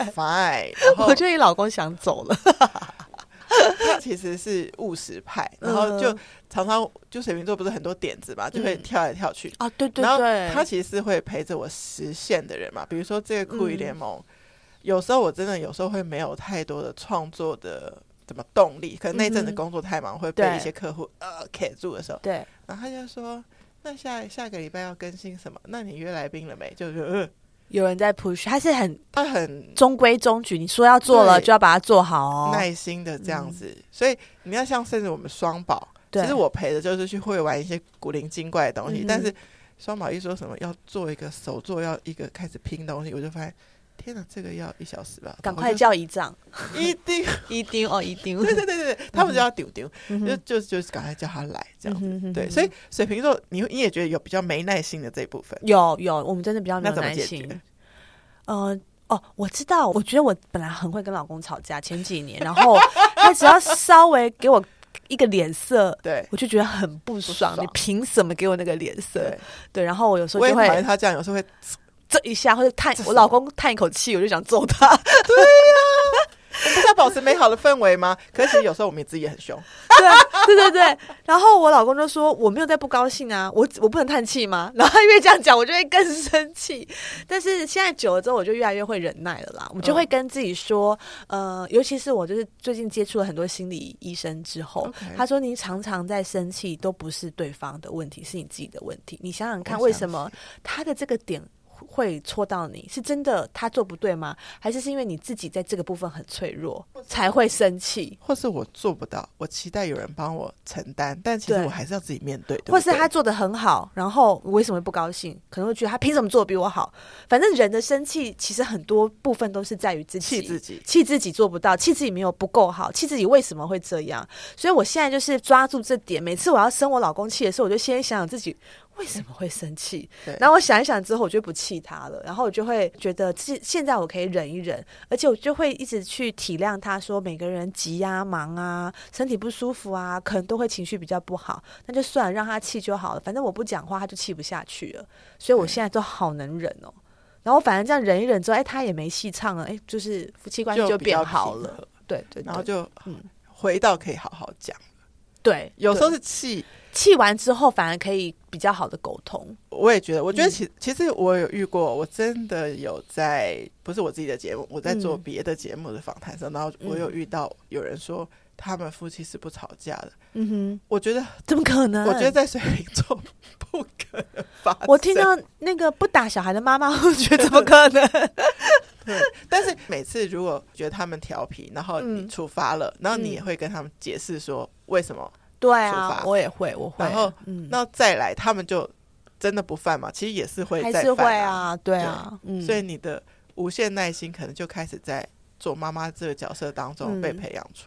fine。 我觉得你老公想走了。 他其实是务实派，然后就常常就水瓶座不是很多点子嘛，就会跳来跳去啊，对对对。 然后他其实是会陪着我实现的人嘛，比如说这个酷鱼联盟，有时候我真的有时候会没有太多的创作的怎么动力，可能那阵子工作太忙，会被一些客户卡住的时候， 对， 然后他就说，那下个礼拜要更新什么？那你约来宾了没？就是有人在 push， 他很中规中矩，你说要做了就要把它做好哦， 耐心的这样子。所以你要像甚至我们双宝，其实我陪的就是去会玩一些古灵精怪的东西，但是双宝一说什么要做一个手作，要一个开始拼东西，我就发现天哪，这个要1小时吧， 赶快叫姨丈， 一定一定哦，一定， 对对对对，他们就要丢丢，就是赶快叫他来这样子。对，所以水瓶座你也觉得有比较没耐心的这一部分？ 有，我们真的比较没有耐心。我知道，我觉得我本来很会跟老公吵架，前几年，然后他只要稍微给我一个脸色， 对， 我就觉得很不爽。你凭什么给我那个脸色？对，然后我有时候就会，我也讨厌他这样，有时候会这一下，或者我老公叹一口气，我就想揍他。 对呀，我们不是要保持美好的氛围吗？可是有时候我们自己也很凶。 对。然后我老公就说：“我没有在不高兴啊，我不能叹气吗？”然后他越这样讲，我就会更生气。但是现在久了之后，我就越来越会忍耐了啦。我就会跟自己说，尤其是我就是最近接触了很多心理医生之后，他说你常常在生气，都不是对方的问题，是你自己的问题。你想想看，为什么他的这个点会戳到你？是真的他做不对吗？还是因为你自己在这个部分很脆弱才会生气？ 或是我做不到，我期待有人帮我承担，但其实我还是要自己面对，对不对？ 或是他做得很好，然后我为什么会不高兴？可能会觉得他凭什么做得比我好？反正人的生气其实很多部分都是在于自己，气自己做不到，气自己没有不够好，气自己为什么会这样？所以我现在就是抓住这点，每次我要生我老公气的时候，我就先想想自己为什么会生气，然后我想一想之后，我就不气他了，然后我就会觉得现在我可以忍一忍，而且我就会一直去体谅他，说每个人急啊、忙啊、身体不舒服啊，可能都会情绪比较不好，那就算了，让他气就好了，反正我不讲话他就气不下去了，所以我现在都好能忍哦。然后反正这样忍一忍之后，他也没戏唱了，就是夫妻关系就变好了，对，然后就回到可以好好讲。 对， 有时候是气完之后反而可以比较好的沟通。 我也觉得，我觉得其实我有遇过，我真的有在不是我自己的节目，我在做别的节目的访谈上，然后我有遇到有人说他们夫妻是不吵架的。我觉得怎么可能？ 我觉得在水瓶座不可能发生。 我听到那个不打小孩的妈妈，我觉得怎么可能？ 对，但是每次如果觉得他们调皮，然后你处罚了，然后你也会跟他们解释说为什么。 对啊，我会。 然后那再来他们就真的不犯嘛，其实也是会再犯， 还是会啊，对啊。 所以你的无限耐心可能就开始在做妈妈这个角色当中被培养出来。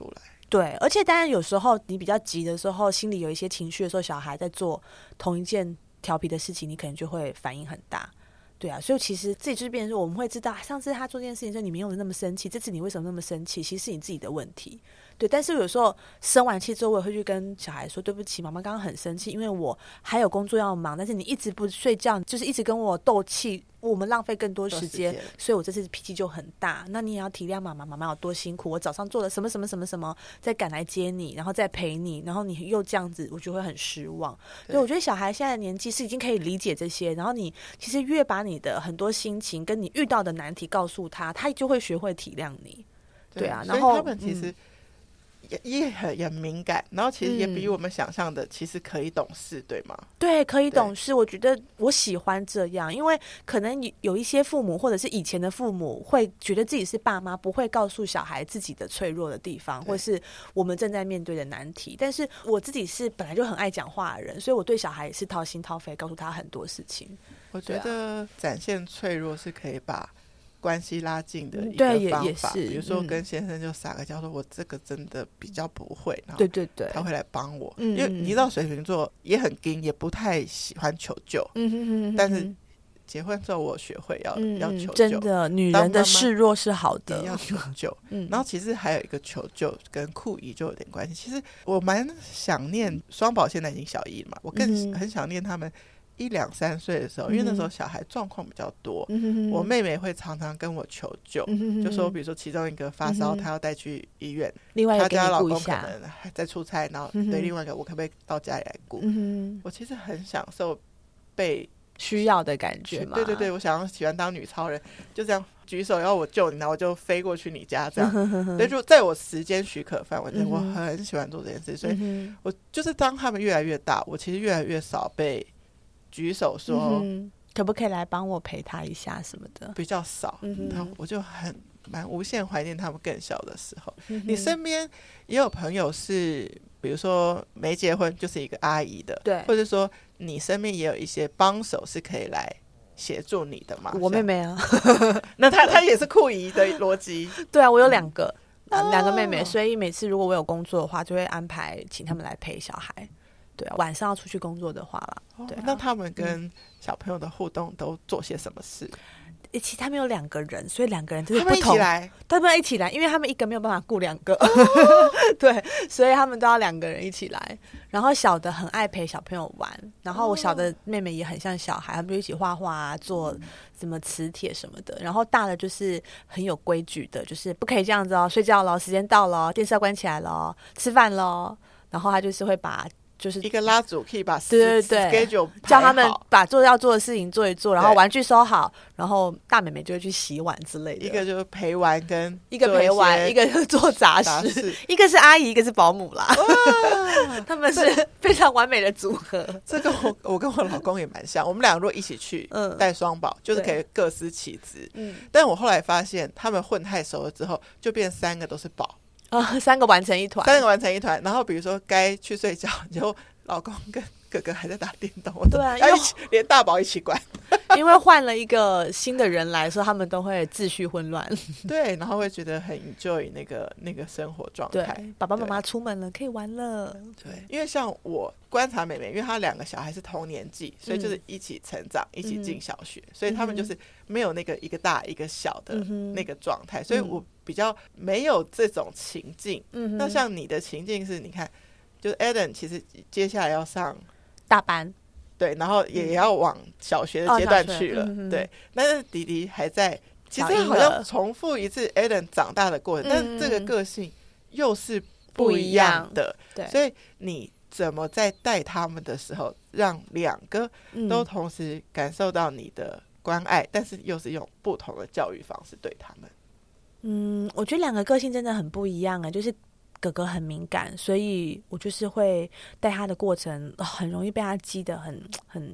对，而且当然有时候你比较急的时候，心里有一些情绪的时候，小孩在做同一件调皮的事情，你可能就会反应很大。对啊，所以其实自己就是变成说，我们会知道上次他做这件事情的时候你没有那么生气，这次你为什么那么生气，其实是你自己的问题。对，但是有时候生完气之后，我也会去跟小孩说，对不起，妈妈刚刚很生气，因为我还有工作要忙，但是你一直不睡觉，就是一直跟我斗气，我们浪费更多时间，所以我这次脾气就很大。那你也要体谅妈妈，妈妈有多辛苦，我早上做了什么什么什么什么，再赶来接你，然后再陪你，然后你又这样子，我就会很失望。对，我觉得小孩现在的年纪是已经可以理解这些，然后你其实越把你的很多心情跟你遇到的难题告诉他，他就会学会体谅你。对啊，然后他们其实也很敏感，然后其实也比我们想象的其实可以懂事，对吗？ 对，可以懂事。我觉得我喜欢这样，因为可能有一些父母或者是以前的父母会觉得自己是爸妈，不会告诉小孩自己的脆弱的地方，或是我们正在面对的难题。但是我自己是本来就很爱讲话的人，所以我对小孩也是掏心掏肺告诉他很多事情。 我觉得展现脆弱是可以把关系拉近的一个方法，比如说跟先生就撒个娇说我这个真的比较不会，然后他会来帮我，因为你知道水瓶座也很硬，也不太喜欢求救，但是结婚之后我学会要求救， 真的女人的示弱是好的， 也要求救然后其实还有一个求救跟酷姨就有点关系。其实我蛮想念双宝，现在已经小一了嘛，我更很想念他们1、2、3岁的时候，因为那时候小孩状况比较多，我妹妹会常常跟我求救，就说比如说其中一个发烧，她要带去医院， 另外一个她家老公可能还在出差，然后对另外一个我可不可以到家里来顾我其实很享受被需要的感觉嘛。 对，我喜欢当女超人，就这样举手要我救你，然后我就飞过去你家这样所以就在我时间许可范围内我很喜欢做这件事，所以我就是当他们越来越大，我其实越来越少被举手说可不可以来帮我陪他一下什么的， 比较少然后我就蛮无限怀念他们更小的时候你身边也有朋友是比如说没结婚就是一个阿姨的， 对， 或者说你身边也有一些帮手是可以来协助你的嘛？ 我妹妹啊那她也是酷姨的逻辑对啊，我有2个妹妹，所以每次如果我有工作的话就会安排请他们来陪小孩。对啊，晚上要出去工作的话啦对那他们跟小朋友的互动都做些什么事？ 其实他们有2个人，所以2个人就是不同，他们一起来，因为他们一个没有办法顾2个对，所以他们都要2个人一起来。然后小的很爱陪小朋友玩，然后我小的妹妹也很像小孩，他们就一起画画啊，做什么磁铁什么的。然后大的就是很有规矩的，就是不可以这样子哦，睡觉咯，时间到咯，电视要关起来咯，吃饭咯。然后他就是会把就是一个拉主可以把对 schedule 叫他们把要做的事情做一做，然后玩具收好，然后大妹妹就会去洗碗之类的。 一个就是陪玩，跟一个陪玩，一个就是做杂事，一个是阿姨，一个是保姆啦。他们是非常完美的组合。 这个我跟我老公也蛮像，我们2个如果一起去带双宝，就是可以各司其职。但我后来发现他们混太熟了之后，就变3个都是宝。 3个完成一团， 然后比如说该去睡觉，然后老公跟哥哥还在打电动， 对啊， 要连大宝一起管因为换了一个新的人来说，他们都会秩序混乱对，然后会觉得很 enjoy 那个生活状态。 对，爸爸妈妈出门了可以玩了。 对，因为像我观察妹妹，因为她2个小孩是同年纪，所以就是一起成长，一起进小学，所以他们就是没有那个一个大一个小的那个状态，所以我比较没有这种情境。那像你的情境是，你看就是 Adam 其实接下来要上大班， 对，然后也要往小学的阶段去了对，但是弟弟还在，其实好像重复一次 Adam 长大的过程但是这个个性又是不一样的对， 所以你怎么在带他们的时候让2个都同时感受到你的关爱但是又是用不同的教育方式对他们？ 我觉得2个个性真的很不一样就是哥哥很敏感，所以我就是会带他的过程很容易被他激得很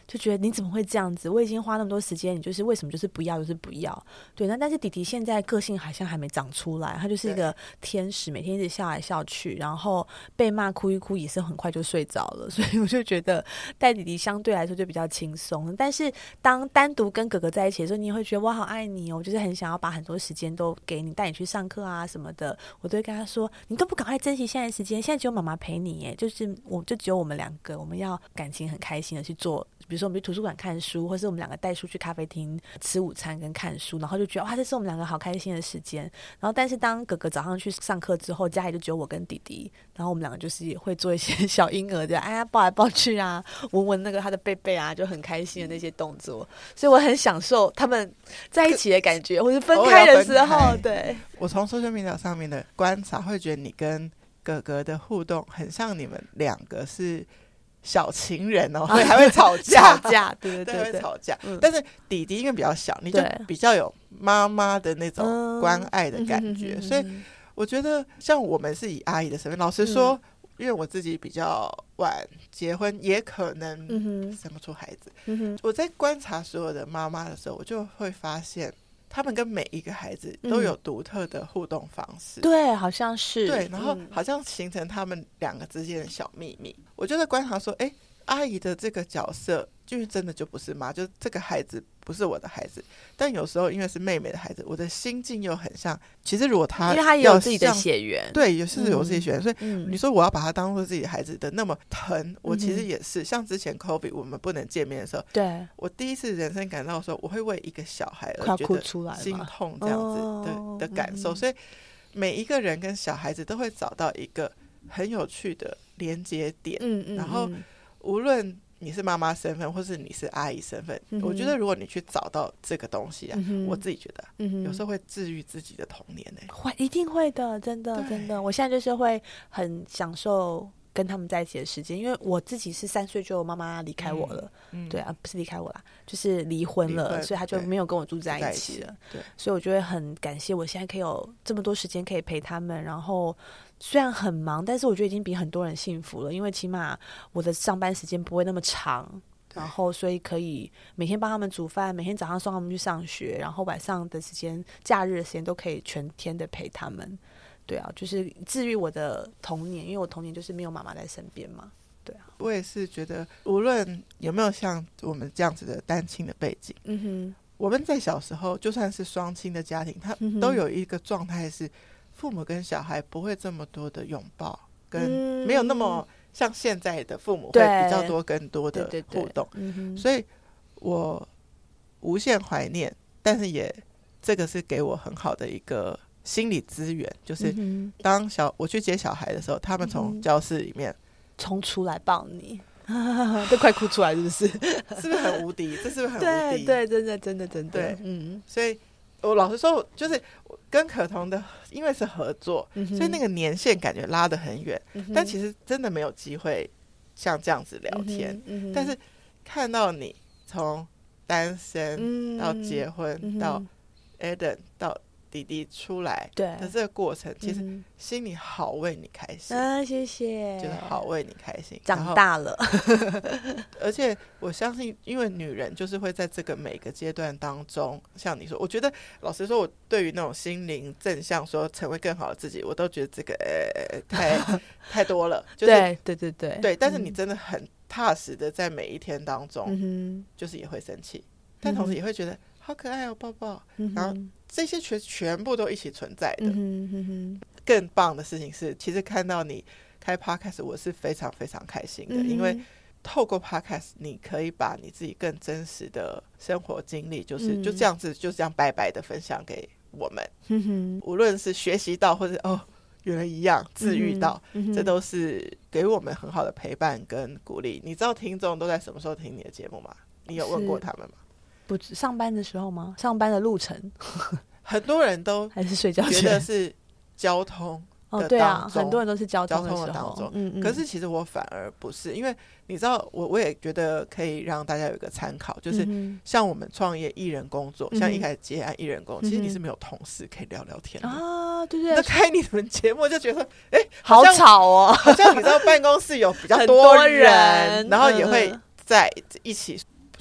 就觉得你怎么会这样子？我已经花那么多时间，你就是为什么就是不要就是不要？对，那但是弟弟现在个性好像还没长出来，他就是一个天使，每天一直笑来笑去，然后被骂哭一哭也是很快就睡着了，所以我就觉得带弟弟相对来说就比较轻松。但是当单独跟哥哥在一起的时候，你也会觉得我好爱你哦，我就是很想要把很多时间都给你，带你去上课啊什么的，我都会跟他说，你都不赶快珍惜现在的时间，现在只有妈妈陪你耶，就是我就只有我们两个，我们要感情很开心的去做，比如说我们去图书馆看书，或是我们两个带书去咖啡厅吃午餐跟看书，然后就觉得哇，这是我们两个好开心的时间。然后但是当哥哥早上去上课之后，家里就只有我跟弟弟，然后我们两个就是也会做一些小婴儿的哎呀抱来抱去啊，闻闻那个他的背背啊，就很开心的那些动作，所以我很享受他们在一起的感觉，或是分开的时候。对， 我从social media上面的观察会觉得你跟哥哥的互动很像你们两个是小情人哦，还会吵架吵架，对对 对， 会吵架。但是弟弟因为比较小，你就比较有妈妈的那种关爱的感觉，所以我觉得像我们是以阿姨的身份，老实说，因为我自己比较晚结婚，也可能生不出孩子。我在观察所有的妈妈的时候，我就会发现他们跟每一个孩子都有独特的互动方式。 对，好像是。 对，然后好像形成他们两个之间的小秘密。我就在观察说，阿姨的这个角色就是真的就不是妈，就这个孩子不是我的孩子，但有时候因为是妹妹的孩子，我的心境又很像。其实如果他因为他也有自己的血缘， 对，也是有自己的血缘，所以你说我要把他当做自己的孩子的那么疼，我其实也是。像之前 COVID 我们不能见面的时候，对，我第一次人生感到说我会为一个小孩而觉得心痛这样子的感受，所以每一个人跟小孩子都会找到一个很有趣的连接点，然后无论你是妈妈身份或是你是阿姨身份，我觉得如果你去找到这个东西啊，我自己觉得有时候会治愈自己的童年会一定会的，真的真的。我现在就是会很享受跟他们在一起的时间，因为我自己是3岁就妈妈离开我了，对啊，不是离开我啦，就是离婚了，所以他就没有跟我住在一起了，对，所以我就会很感谢我现在可以有这么多时间可以陪他们，然后虽然很忙，但是我觉得已经比很多人幸福了，因为起码我的上班时间不会那么长，然后所以可以每天帮他们煮饭，每天早上送他们去上学，然后晚上的时间假日的时间都可以全天的陪他们。对啊，就是治愈我的童年，因为我童年就是没有妈妈在身边嘛。对啊， 我也是觉得无论有没有像我们这样子的单亲的背景，我们在小时候就算是双亲的家庭，他都有一个状态是父母跟小孩不会这么多的拥抱，跟没有那么像现在的父母会比较多更多的互动，所以我无限怀念，但是也这个是给我很好的一个心理资源，就是当我去接小孩的时候，他们从教室里面冲出来抱你，都快哭出来，是不是？ 是不是很无敌？这是不是很无敌？ 对，真的，真的，真的。 对，所以我老实说，就是跟可彤的，因为是合作，所以那个年限感觉拉得很远，但其实真的没有机会像这样子聊天。但是看到你从单身到结婚到 Eden 到弟弟出来的这个过程，其实心里好为你开心谢谢， 就是好为你开心， 长大了而且我相信因为女人就是会在这个每个阶段当中，像你说，我觉得老实说，我对于那种心灵正向说成为更好的自己，我都觉得这个太多了，就是对，但是你真的很踏实的在每一天当中就是也会生气，但同时也会觉得好可爱哦，抱抱，然后这些全部都一起存在的。更棒的事情是，其实看到你开 podcast 我是非常非常开心的，因为透过 podcast 你可以把你自己更真实的生活经历就这样子就这样白白的分享给我们，无论是学习到或者原来一样治愈到，这都是给我们很好的陪伴跟鼓励。你知道听众都在什么时候听你的节目吗？你有问过他们吗？ 不上班的时候吗？上班的路程很多人都还是睡觉前， 觉得是交通的对啊，很多人都是交通的当中，可是其实我反而不是，因为你知道我也觉得可以让大家有一个参考，就是像我们创业艺人工作，像一开始接案艺人工作，其实你是没有同事可以聊聊天的啊，对，那开你们节目就觉得好吵哦， 好像你知道办公室有比较多人，然后也会在一起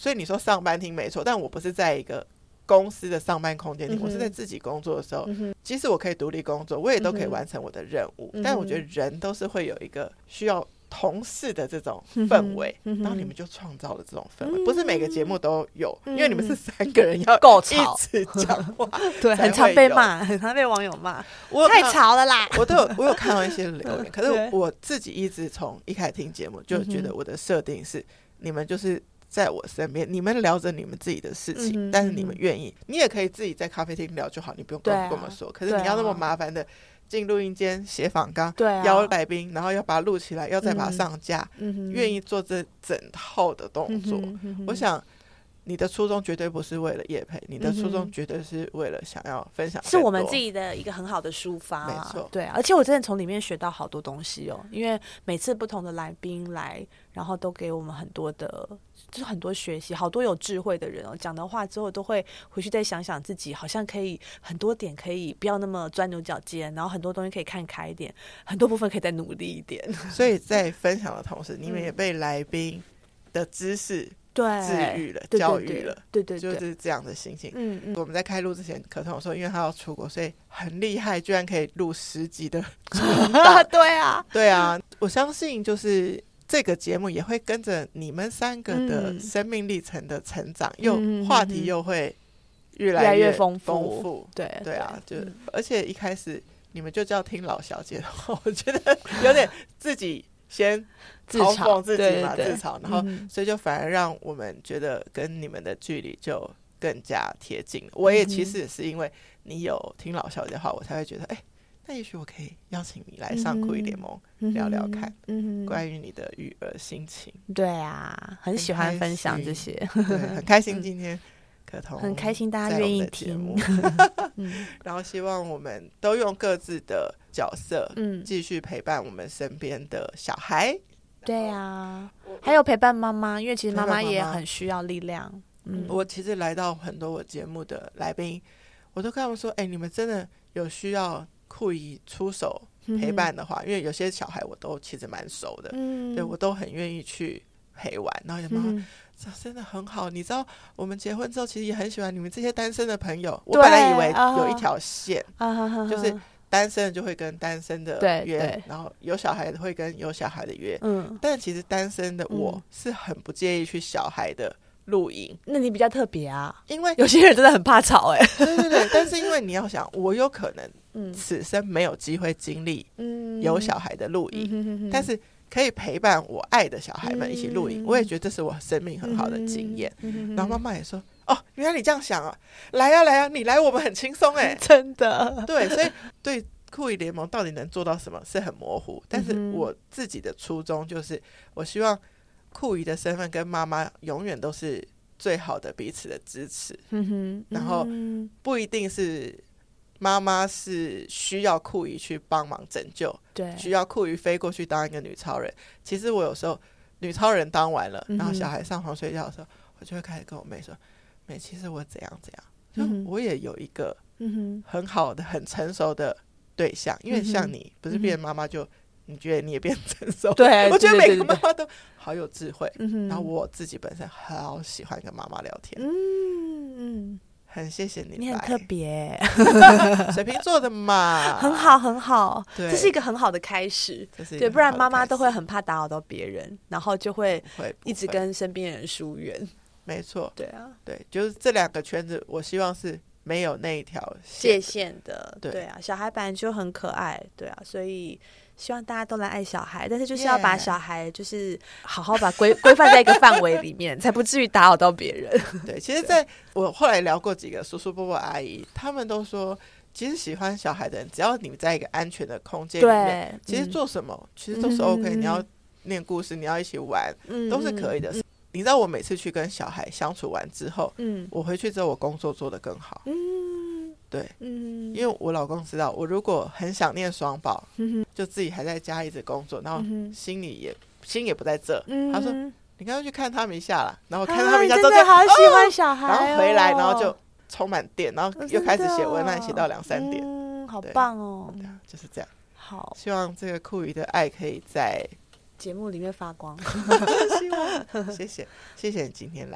所以你说上班听没错，但我不是在一个公司的上班空间里，我是在自己工作的时候，即使我可以独立工作，我也都可以完成我的任务，但我觉得人都是会有一个需要同事的这种氛围，然后你们就创造了这种氛围，不是每个节目都有，因为你们是3个人要够吵一直讲话， 对，很常被骂，很常被网友骂，太吵了啦。我有看到一些留言，可是我自己一直从一开始听节目就觉得我的设定是，你们就是在我身边，你们聊着你们自己的事情，但是你们愿意，你也可以自己在咖啡厅聊就好，你不用跟我们说，可是你要那么麻烦的进录音间写访纲，邀来宾，然后要把它录起来，要再把它上架，愿意做这整套的动作，我想你的初衷绝对不是为了业配，你的初衷绝对是为了想要分享， 是我们自己的一个很好的抒发， 没错， 对，而且我真的从里面学到好多东西哦，因为每次不同的来宾来，然后都给我们很多的，就是很多学习，好多有智慧的人哦，讲的话之后都会回去再想想自己，好像可以很多点可以不要那么钻牛角尖，然后很多东西可以看开一点，很多部分可以再努力一点。 所以在分享的同时，你们也被来宾的知识治愈了，教育了， 对， 就是这样的心情。我们在开录之前，可彤说，因为他要出国，所以很厉害，居然可以录10集的对啊，我相信就是这个节目也会跟着你们3个的生命历程的成长，又话题又会越来越丰富。对啊，就而且一开始你们就叫听老小姐的话，我觉得有点自己先嘲讽自己嘛，自嘲，然后所以就反而让我们觉得跟你们的距离就更加贴近。我也其实也是因为你有听老小姐的话，我才会觉得那也许我可以邀请你来上酷艺联盟聊聊看关于你的育儿心情。 对啊，很喜欢分享这些， 对，很开心今天可彤很开心大家愿意听然后希望我们都用各自的角色继续陪伴我们身边的小孩。 对啊，还有陪伴妈妈，因为其实妈妈也很需要力量。 我其实来到很多我节目的来宾，我都跟他们说，你们真的有需要酷姨出手陪伴的话，因为有些小孩我都其实蛮熟的，对，我都很愿意去陪玩。然后有妈妈真的很好，你知道我们结婚之后其实也很喜欢你们这些单身的朋友。我本来以为有一条线，就是单身的就会跟单身的约，然后有小孩的会跟有小孩的约，但其实单身的我是很不介意去小孩的露营。 那你比较特别啊， 因为有些人真的很怕吵对，但是因为你要想，我有可能此生没有机会经历有小孩的露营，但是可以陪伴我爱的小孩们一起露营，我也觉得这是我生命很好的经验。然后妈妈也说，原来你这样想啊，来啊，你来我们很轻松真的。 对，所以对酷艺联盟到底能做到什么是很模糊，但是我自己的初衷就是我希望酷姨的身份跟妈妈永远都是最好的彼此的支持，然后不一定是妈妈是需要酷姨去帮忙拯救，对，需要酷姨飞过去当一个女超人。其实我有时候女超人当完了，然后小孩上床睡觉的时候，我就会开始跟我妹说，妹，其实我怎样怎样，就我也有一个很好的很成熟的对象，因为像你不是变妈妈就你觉得你也变成熟，对，我觉得每个妈妈都好有智慧，然后我自己本身好喜欢跟妈妈聊天，很谢谢你很特别水瓶座的嘛， 很好很好，这是一个很好的开始，对，不然妈妈都会很怕打扰到别人，然后就会一直跟身边人疏远。 没错， 对啊， 对，就是这2个圈子我希望是没有那一条界限的，对啊，小孩本来就很可爱，对啊，所以希望大家都来爱小孩，但是就是要把小孩就是好好把规范在一个范围里面，才不至于打扰到别人。 对，其实在我后来聊过几个叔叔伯伯阿姨，他们都说其实喜欢小孩的人，只要你们在一个安全的空间里面，其实做什么其实都是 OK，你要念故事，你要一起玩，都是可以的。你知道我每次去跟小孩相处完之后，我回去之后我工作做得更好，对，因为我老公知道我如果很想念双宝，就自己还在家一直工作，然后心也不在这，他说你刚刚去看他们一下啦，然后看他们一下之后真的好喜欢小孩， 然后回来然后就充满电，然后又开始写文案，写到2-3点， 好棒哦， 就是这样。 好， 希望这个酷姨的爱可以在节目里面发光。 希望谢谢你今天来，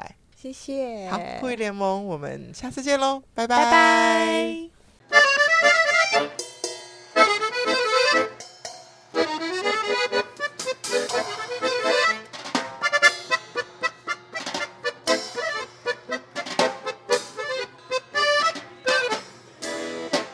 谢谢。 好，互娱联盟，我们下次见喽，拜拜拜。